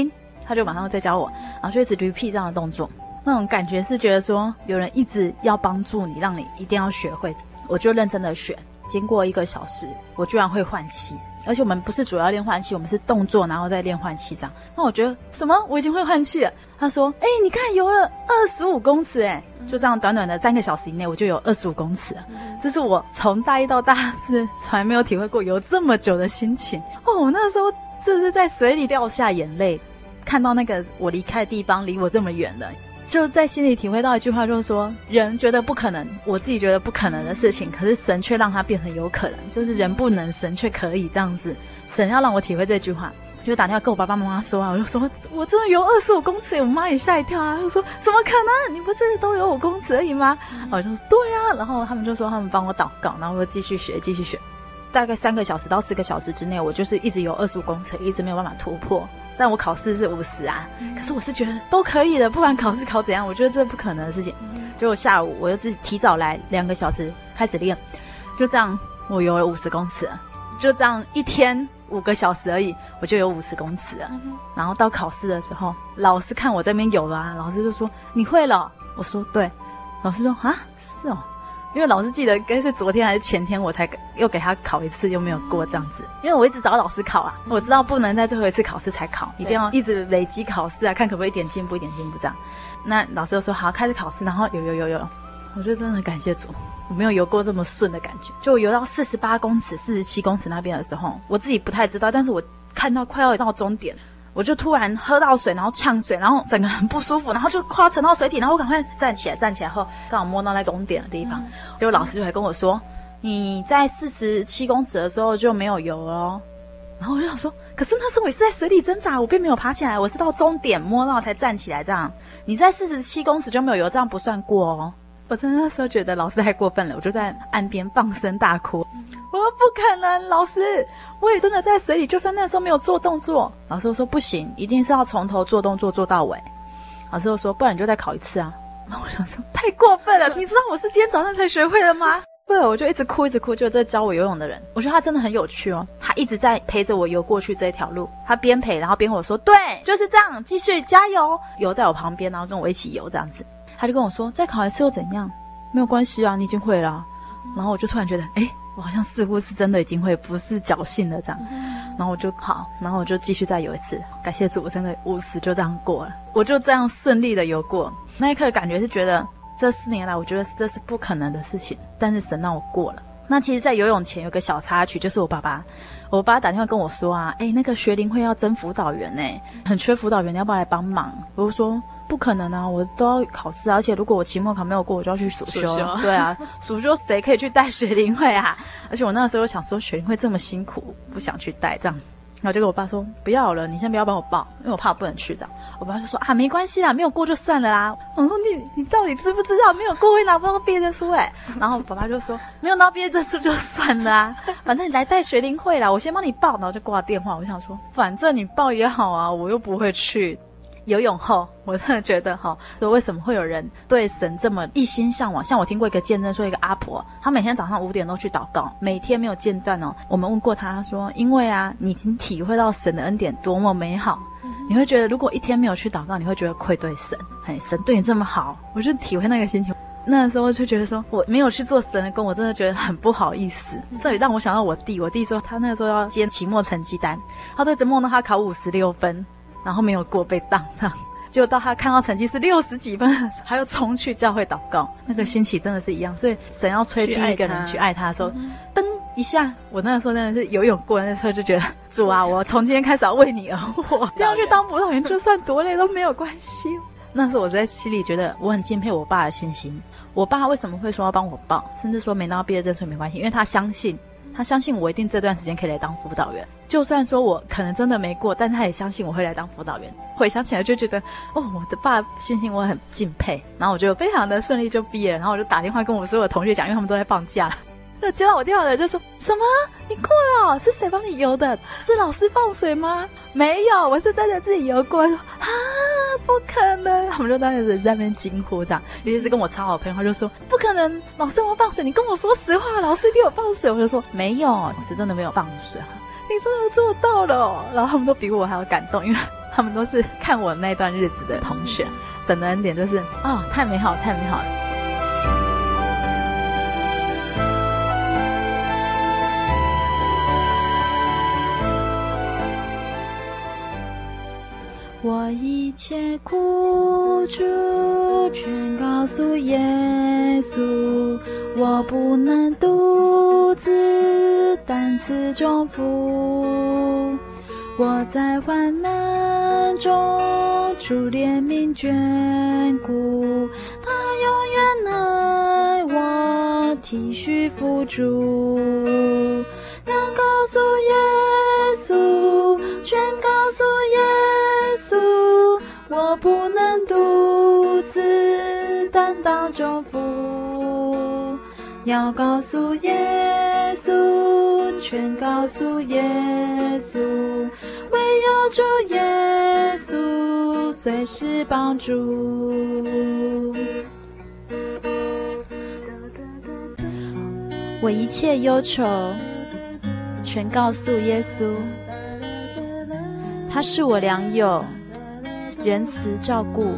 他就马上再教我，然后就一直 repeat 这样的动作。那种感觉是觉得说有人一直要帮助你，让你一定要学会。我就认真的学，经过1个小时，我居然会换气。而且我们不是主要练换气，我们是动作然后再练换气这样。那我觉得什么？我已经会换气了。他说：“你看游了25公尺就这样短短的3个小时以内，我就有25公尺了。这是我从大1到大4从来没有体会过游这么久的心情。我那时候这是在水里掉下眼泪，看到那个我离开的地方离我这么远的。”就在心里体会到一句话，就是说人觉得不可能，我自己觉得不可能的事情，可是神却让它变成有可能，就是人不能，神却可以这样子。神要让我体会这句话，就打电话跟我爸爸妈妈说啊，我就说我真的游25公尺，我妈也吓一跳啊，她说怎么可能？你不是都游5公尺而已吗？我就说对啊，然后他们就说他们帮我祷告，然后我就继续学。大概3个小时到4个小时之内，我就是一直游25公尺，一直没有办法突破。但我考试是50啊，可是我是觉得都可以的，不管考试考怎样，我觉得这不可能的事情。结果下午我又自己提早来2个小时开始练，就这样我游了50公尺了，就这样一天5个小时而已，我就有50公尺了。然后到考试的时候，老师看我这边游了啊，老师就说你会了，我说对，老师说啊是哦。因为老师记得应该是昨天还是前天我才又给他考一次，又没有过这样子。因为我一直找老师考啊，我知道不能在最后一次考试才考，一定要一直累积考试啊，看可不可以一点进步这样。那老师就说好，开始考试，然后有，我就真的感谢主，我没有游过这么顺的感觉。就我游到48公尺、47公尺那边的时候，我自己不太知道，但是我看到快要到终点。我就突然喝到水，然后呛水，然后整个很不舒服，然后就快要沉到水底，然后我赶快站起来后，刚好摸到那终点的地方，结果老师就还跟我说，你在47公尺的时候就没有游了哦。然后我就想说，可是那时候我也是在水里挣扎，我并没有爬起来，我是到终点摸到才站起来这样。你在47公尺就没有游，这样不算过哦。我真的那时候觉得老师太过分了，我就在岸边放声大哭。我说不可能，老师，我也真的在水里，就算那时候没有做动作。老师说不行，一定是要从头做动作做到尾。老师就说不然你就再考一次啊。然后我想说太过分了，你知道我是今天早上才学会的吗？对，我就一直哭，就这教我游泳的人，我觉得他真的很有趣哦，他一直在陪着我游过去这条路，他边陪然后边跟我说对，就是这样，继续加油，游在我旁边，然后跟我一起游这样子。他就跟我说再考一次又怎样，没有关系啊，你已经会了。然后我就突然觉得我好像似乎是真的已经会，不是侥幸的这样。然后我就好，然后我就继续再游一次，感谢主，我真的50就这样过了，我就这样顺利的游过。那一刻感觉是觉得这4年来我觉得这是不可能的事情，但是神让我过了。那其实在游泳前有个小插曲，就是我爸爸打电话跟我说啊，那个学龄会要征辅导员很缺辅导员，你要不要来帮忙？我就说不可能啊，我都要考试，而且如果我期末考没有过，我就要去暑修。对啊，暑修谁可以去带学龄会啊？而且我那时候想说学龄会这么辛苦，不想去带这样。然后就跟我爸说不要了，你先不要帮我报，因为我怕我不能去这样。我爸就说啊没关系啦，没有过就算了啦。我说你到底知不知道没有过会拿不到毕业证书然后爸爸就说没有拿毕业证书就算了啊，反正你来带学龄会啦，我先帮你报。然后就挂电话。我想说反正你报也好啊，我又不会去。游泳后我真的觉得为什么会有人对神这么一心向往。像我听过一个见证说，一个阿婆她每天早上5点都去祷告，每天没有间断哦。我们问过她说因为啊你已经体会到神的恩典多么美好，你会觉得如果一天没有去祷告，你会觉得愧对神，神对你这么好。我就体会那个心情，那时候就觉得说我没有去做神的工，我真的觉得很不好意思。这也让我想到我弟说他那个时候要接期末成绩单，他都一直梦到他考56分，然后没有过被当这样，结果到他看到成绩是60几分，他又冲去教会祷告，那个心情真的是一样。所以神要催逼一个人去爱他的时候，噔一下，我那个时候真的是游泳过，那时候就觉得主啊，我从今天开始要为你而活，要去当辅导员，就算多累都没有关系。那时候我在心里觉得我很敬佩我爸的信心。我爸为什么会说要帮我报，甚至说没拿到毕业证书没关系，因为他相信我一定这段时间可以来当辅导员，就算说我可能真的没过，但是他也相信我会来当辅导员。回想起来就觉得我的爸信心我很敬佩。然后我就非常的顺利就毕业了，然后我就打电话跟我所有的同学讲，因为他们都在放假。就接到我电话的人就说什么你过了？是谁帮你游的？是老师放水吗？没有，我是真的自己游过。说啊不可能，他们就当时在那边惊呼这样。尤其是跟我超好的朋友，他就说不可能，老师有没有放水？你跟我说实话，老师一定有放水。我就说没有，老师真的没有放水。你真的做到了然后他们都比我还要感动，因为他们都是看我那段日子的同学。神的恩典就是太美好太美好了。我一切苦楚全告诉耶稣，我不能独自担此重负。我在患难中主怜悯眷顾，他永远爱我，体恤扶助。要告诉耶稣，全告诉耶稣，我不能独自担当重负。要告诉耶稣，全告诉耶稣，唯有主耶稣随时帮助。我一切忧愁全告诉耶稣，他是我良友，仁慈照顾。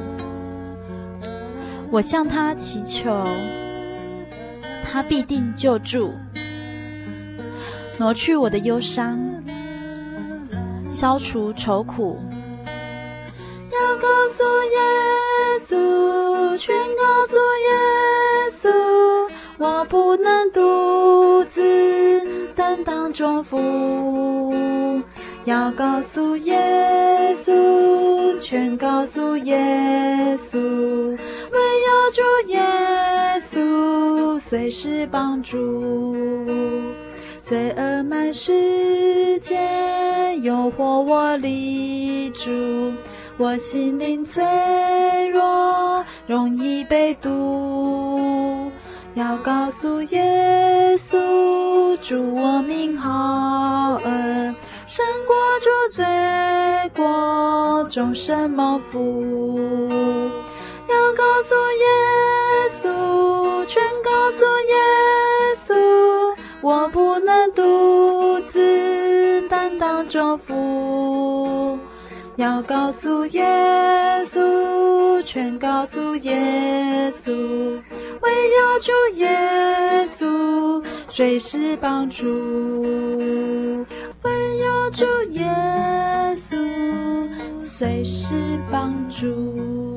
我向他祈求，他必定救助，挪去我的忧伤，消除愁苦。要告诉耶稣，全告诉耶稣，我不能独自担当重负。要告诉耶稣，全告诉耶稣，唯有主耶稣随时帮助。罪恶满世界，诱惑我离主，我心灵脆弱，容易被毒。要告诉耶稣，主我名好恩，胜过主罪过，终身蒙福。要告诉耶稣，全告诉耶稣，我不能独自担当重负。要告诉耶稣，全告诉耶稣，唯有主耶稣随时帮助。唯有主耶稣随时帮助。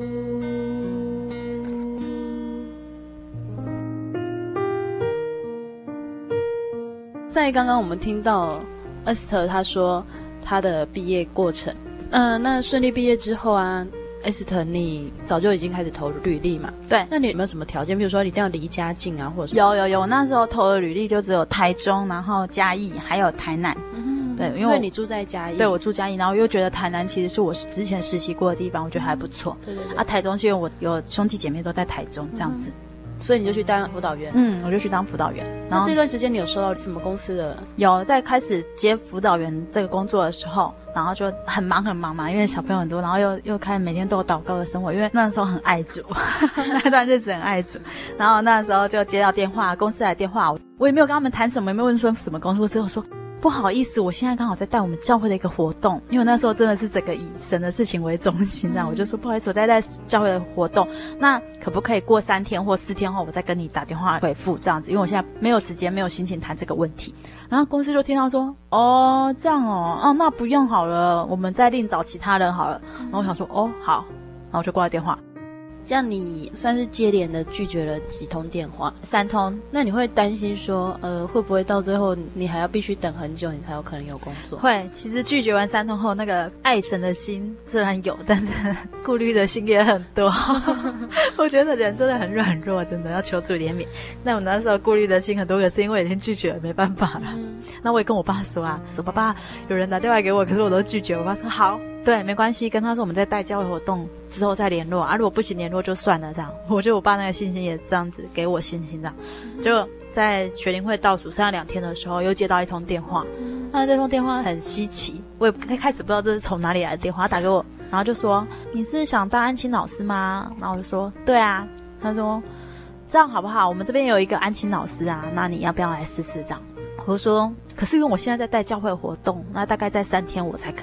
在刚刚我们听到 Esther 她说她的毕业过程，那顺利毕业之后啊 Esther 你早就已经开始投履历嘛？ 对。 那你有没有什么条件？比如说一定要离家近啊，或者有，那时候投的履历就只有台中，然后嘉义，还有台南。对， 因为你住在嘉义。 对，我住嘉义，然后又觉得台南其实是我之前实习过的地方，我觉得还不错。 对。 台中是因为我有兄弟姐妹都在台中这样子。 所以你就去当辅导员？我就去当辅导员。然后这段时间你有收到什么公司的？ 有，在开始接辅导员这个工作的时候，然后就很忙嘛，因为小朋友很多，然后又开始每天都有祷告的生活，因为那时候很爱主，那段日子很爱主。然后那时候就接到电话，公司来电话，我也没有跟他们谈什么，也没有问说什么公司，我只有说不好意思，我现在刚好在带我们教会的一个活动，因为那时候真的是整个以神的事情为中心，这样我就说不好意思，我在带教会的活动，那可不可以过3天或4天后我再跟你打电话回复这样子，因为我现在没有时间没有心情谈这个问题。然后公司就听到说这样那不用好了，我们再另找其他人好了。然后我想说好，然后我就挂了电话。 这样你算是接连的拒绝了几通电话 ？3通。 那你会担心说会不会到最后你还要必须等很久你才有可能有工作？ 会，其实拒绝完3通后，那个爱神的心虽然有，但是顾虑的心也很多。我觉得人真的很软弱，真的要求主怜悯。那我那时候顾虑的心很多，可是因为已经拒绝了，没办法了。那我也跟我爸说说爸爸，有人打电话给我，可是我都拒绝。我爸说好，对，没关系，跟他说我们在带教会活动之后再联络如果不行联络就算了这样。我觉得我爸那个信心也这样子给我信心这样。就在学龄会倒数剩下2天的时候，又接到一通电话。那这通电话很稀奇，我也开始不知道这是从哪里来的电话，他打给我，然后就说你是想当安亲老师吗？然后我就说对啊。他说这样好不好？我们这边有一个安亲老师啊，那你要不要来试试这样？我说可是因为我现在在带教会活动，那大概在3天我才可以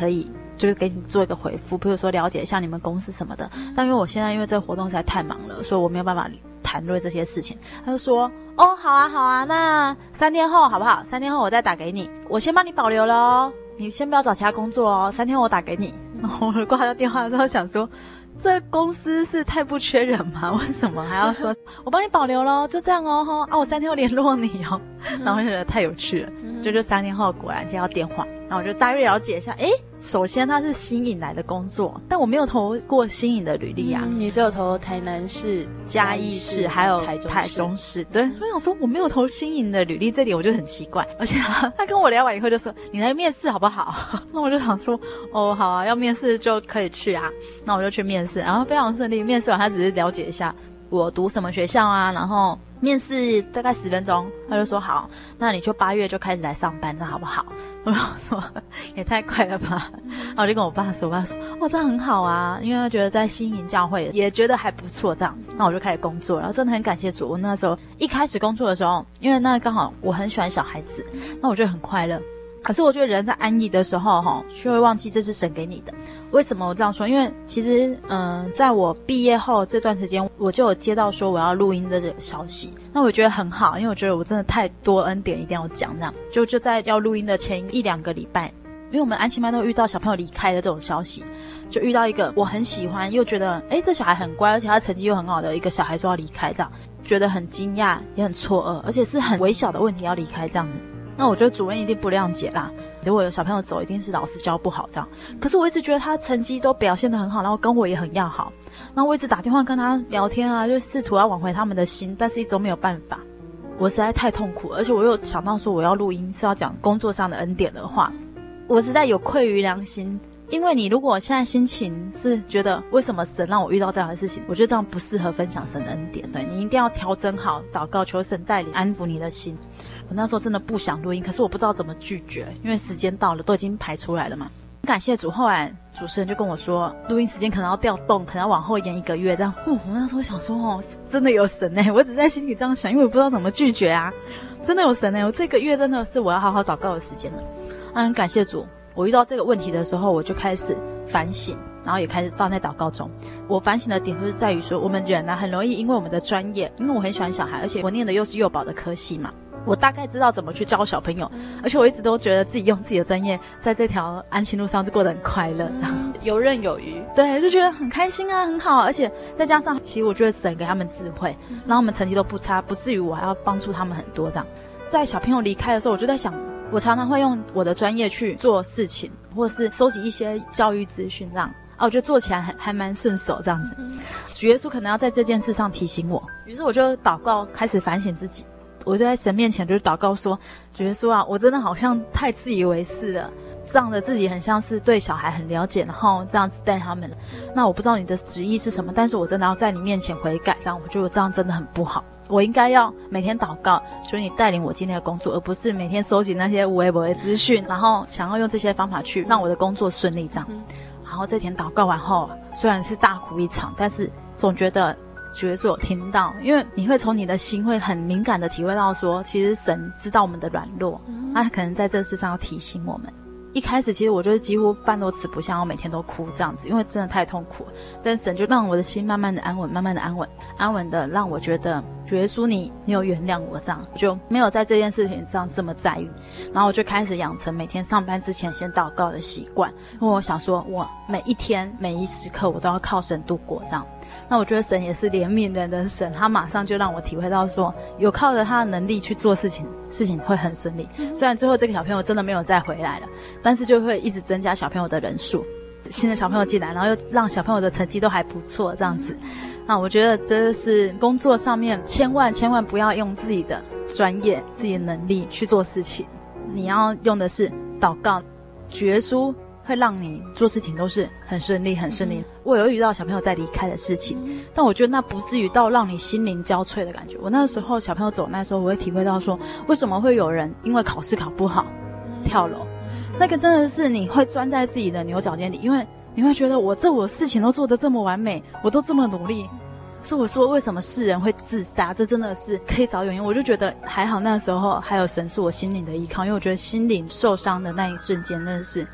就是给你做一个回复，比如说了解一下你们公司什么的。但因为我现在因为这个活动实在太忙了，所以我没有办法谈论这些事情。他就说哦，好啊，那3天后好不好？3天后我再打给你，我先帮你保留了哦，你先不要找其他工作哦，3天后我打给你。然后我挂掉电话的时候想说，这公司是太不缺人吗？为什么还要说我帮你保留咯，就这样哦，我3天后联络你哦。然后我就觉得太有趣了，就3天后果然接到电话，然后我就大约了解一下，首先他是新颖来的工作，但我没有投过新颖的履历啊， 你只有投台南市、 嘉义市还有台中市。对，我想说我没有投新颖的履历，这点我就很奇怪。而且他跟我聊完以后就说你来面试好不好？那我就想说哦好啊，要面试就可以去啊。那我就去面试，然后非常顺利。面试完他只是了解一下我读什么学校啊，然后面试大概10分钟，他就说好，那你就8月就开始来上班，这样好不好？我说也太快了吧。然后我就跟我爸说，哦这样很好啊，因为他觉得在新营教会也觉得还不错这样。那我就开始工作，然后真的很感谢主。我那时候一开始工作的时候，因为那刚好我很喜欢小孩子，那我觉得很快乐。可是我觉得人在安逸的时候就会忘记这是神给你的。为什么我这样说？因为其实在我毕业后这段时间，我就有接到说我要录音的这个消息。那我觉得很好，因为我觉得我真的太多恩典一定要讲这样。就在要录音的前1-2个礼拜，因为我们安亲班都遇到小朋友离开的这种消息，就遇到一个我很喜欢又觉得这小孩很乖，而且他成绩又很好的一个小孩说要离开这样，觉得很惊讶也很错愕，而且是很微小的问题要离开这样子。那我觉得主任一定不谅解啦，如果有小朋友走一定是老师教不好这样。可是我一直觉得他成绩都表现得很好，然后跟我也很要好，然后我一直打电话跟他聊天啊，就试图要挽回他们的心，但是一直都没有办法。我实在太痛苦，而且我又想到说我要录音是要讲工作上的恩典的话，我实在有愧于良心。因为你如果现在心情是觉得为什么神让我遇到这样的事情，我觉得这样不适合分享神的恩典。对，你一定要调整好，祷告求神带领安抚你的心。我那时候真的不想录音，可是我不知道怎么拒绝，因为时间到了，都已经排出来了嘛。感谢主，后来主持人就跟我说，录音时间可能要调动，可能要往后延1个月这样。我那时候想说真的有神我只在心里这样想，因为我不知道怎么拒绝啊。真的有神我这个月真的是我要好好祷告的时间了。很感谢主，我遇到这个问题的时候，我就开始反省，然后也开始放在祷告中。我反省的点就是在于说，我们人很容易因为我们的专业，因为我很喜欢小孩，而且我念的又是幼保的科系嘛，我大概知道怎么去教小朋友，而且我一直都觉得自己用自己的专业在这条安亲路上就过得很快乐这样， 游刃有余。 对，就觉得很开心啊，很好。而且再加上其实我觉得神给他们智慧，让他们成绩都不差，不至于我还要帮助他们很多这样。在小朋友离开的时候，我就在想，我常常会用我的专业去做事情，或者是收集一些教育资讯这样我觉得做起来还蛮顺手这样子。主耶稣可能要在这件事上提醒我，于是我就祷告，开始反省自己。我就在神面前就是祷告说，主耶稣啊，我真的好像太自以为是了，这样的自己很像是对小孩很了解，然后这样子带他们。那我不知道你的旨意是什么，但是我真的要在你面前悔改，这样我觉得我这样真的很不好。我应该要每天祷告，求你带领我今天的工作，而不是每天收集那些无微不微的资讯，然后想要用这些方法去让我的工作顺利这样。然后这天祷告完后，虽然是大哭一场，但是总觉得主耶稣有听到，因为你会从你的心会很敏感的体会到说，其实神知道我们的软弱，他可能在这世上要提醒我们。一开始其实我就是几乎饭都吃不下，我每天都哭这样子，因为真的太痛苦了。但神就让我的心慢慢的安稳，慢慢的安稳，安稳的让我觉得主耶稣你有原谅我这样，我就没有在这件事情上这么在意。然后我就开始养成每天上班之前先祷告的习惯，因为我想说我每一天每一时刻我都要靠神度过这样。那我觉得神也是怜悯人的神，他马上就让我体会到说，有靠着他的能力去做事情会很顺利。虽然最后这个小朋友真的没有再回来了，但是就会一直增加小朋友的人数，新的小朋友进来，然后又让小朋友的成绩都还不错这样子。那我觉得这是工作上面千万不要用自己的专业自己的能力去做事情，你要用的是祷告，主耶稣会让你做事情都是很顺利很顺利。我有遇到小朋友在离开的事情，但我觉得那不至于到让你心灵交瘁的感觉。我那时候小朋友走，那时候我会体会到说，为什么会有人因为考试考不好跳楼，那个真的是你会钻在自己的牛角尖里，因为你会觉得我事情都做得这么完美，我都这么努力，所以我说为什么世人会自杀，这真的是可以找原因。我就觉得还好那时候还有神是我心灵的依靠，因为我觉得心灵受伤的那一瞬间真的是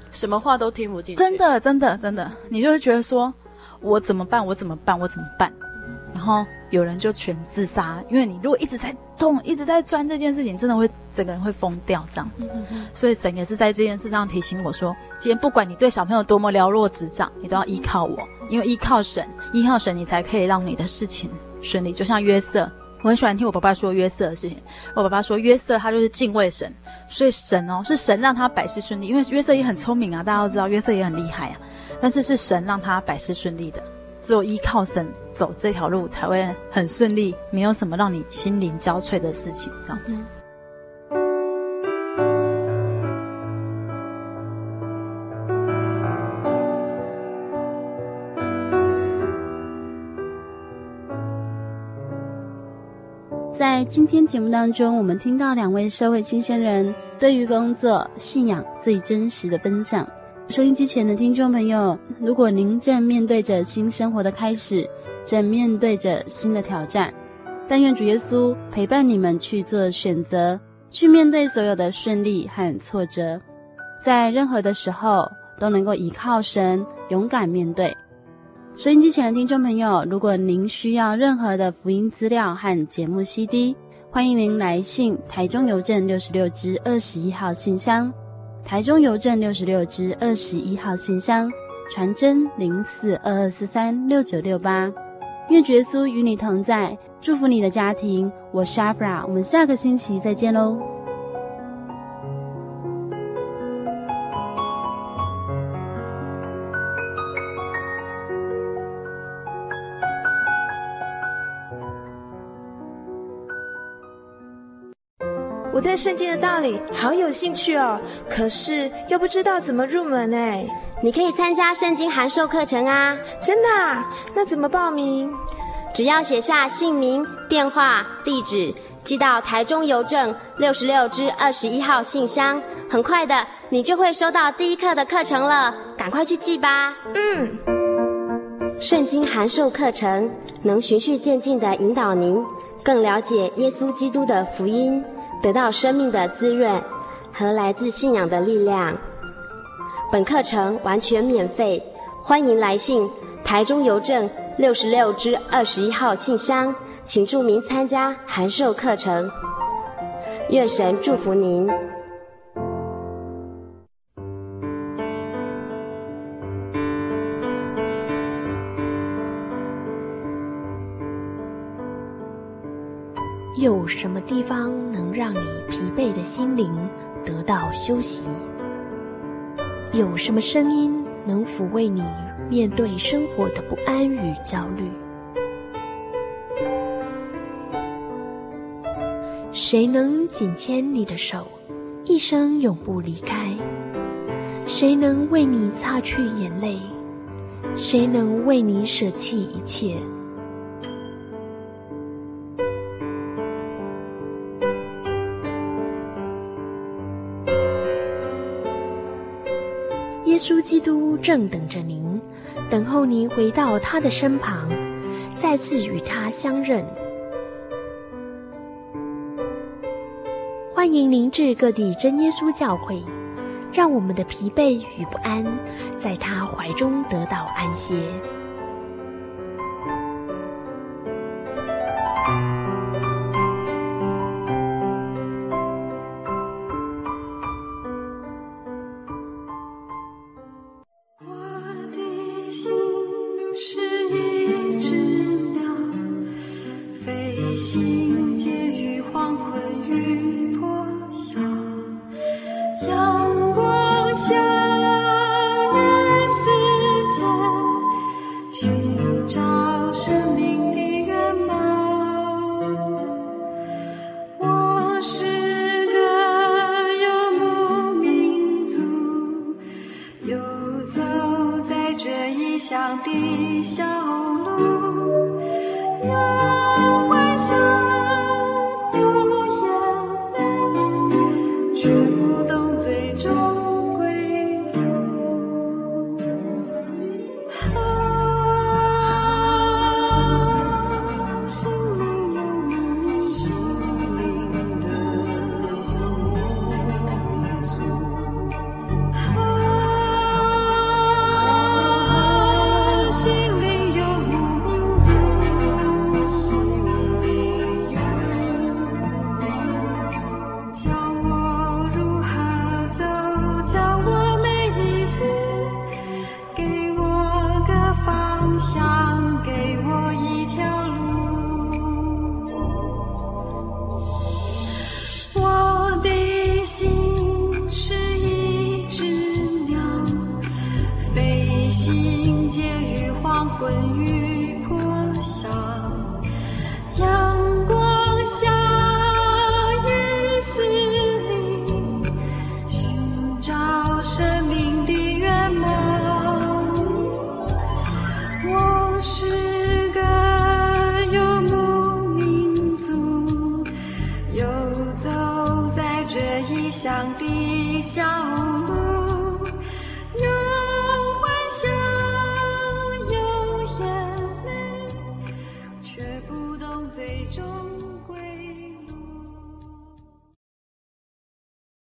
什么话都听不进去。 真的，真的，真的，你就会觉得说，我怎么办？我怎么办？我怎么办？然后有人就全自杀，因为你如果一直在痛，一直在钻这件事情，真的会整个人会疯掉这样子。所以神也是在这件事上提醒我说，今天不管你对小朋友多么了若指掌，你都要依靠我，因为依靠神，你才可以让你的事情顺利。就像约瑟，我很喜欢听我爸爸说约瑟的事情。我爸爸说约瑟他就是敬畏神，所以神是神让他百事顺利，因为约瑟也很聪明啊，大家都知道约瑟也很厉害啊，但是是神让他百事顺利的。只有依靠神走这条路才会很顺利，没有什么让你心灵交瘁的事情这样子。 在今天节目当中，我们听到2位社会新鲜人对于工作、信仰最真实的分享。收音机前的听众朋友，如果您正面对着新生活的开始，正面对着新的挑战，但愿主耶稣陪伴你们去做选择，去面对所有的顺利和挫折，在任何的时候都能够依靠神，勇敢面对。收音机前的听众朋友，如果您需要任何的福音资料和节目 CD， 欢迎您来信台中邮政66支21号信箱，台中邮政66支21号信箱，传真0422436968。愿主耶稣与你同在，祝福你的家庭。我是阿弗拉，我们下个星期再见喽。 我对圣经的道理好有兴趣哦，可是又不知道怎么入门哎。 你可以参加圣经函授课程啊。 真的啊？那怎么报名？ 只要写下姓名、电话、地址，寄到台中邮政66支21号信箱，很快的你就会收到第一课的课程了，赶快去寄吧。圣经函授课程能循序渐进地引导您更了解耶稣基督的福音，得到生命的滋润和来自信仰的力量。本课程完全免费，欢迎来信台中邮政66支21号信箱，请注明参加函授课程。愿神祝福您。 有什么地方能让你疲惫的心灵得到休息？有什么声音能抚慰你面对生活的不安与焦虑？谁能紧牵你的手，一生永不离开？谁能为你擦去眼泪？谁能为你舍弃一切？耶稣基督正等着您，等候您回到他的身旁，再次与他相认。欢迎您至各地真耶稣教会，让我们的疲惫与不安在他怀中得到安歇。 心结于黄昏与破晓，阳光下与世界寻找生命的原貌。我是个游牧民族，游走在这异乡的小路，有微笑，有眼泪，却不懂最终归路。心灵游牧民族，心灵的游牧民族。 昏雨破晓，阳光下雨丝里，寻找生命的原貌。我是个游牧民族，游走在这异乡的小路。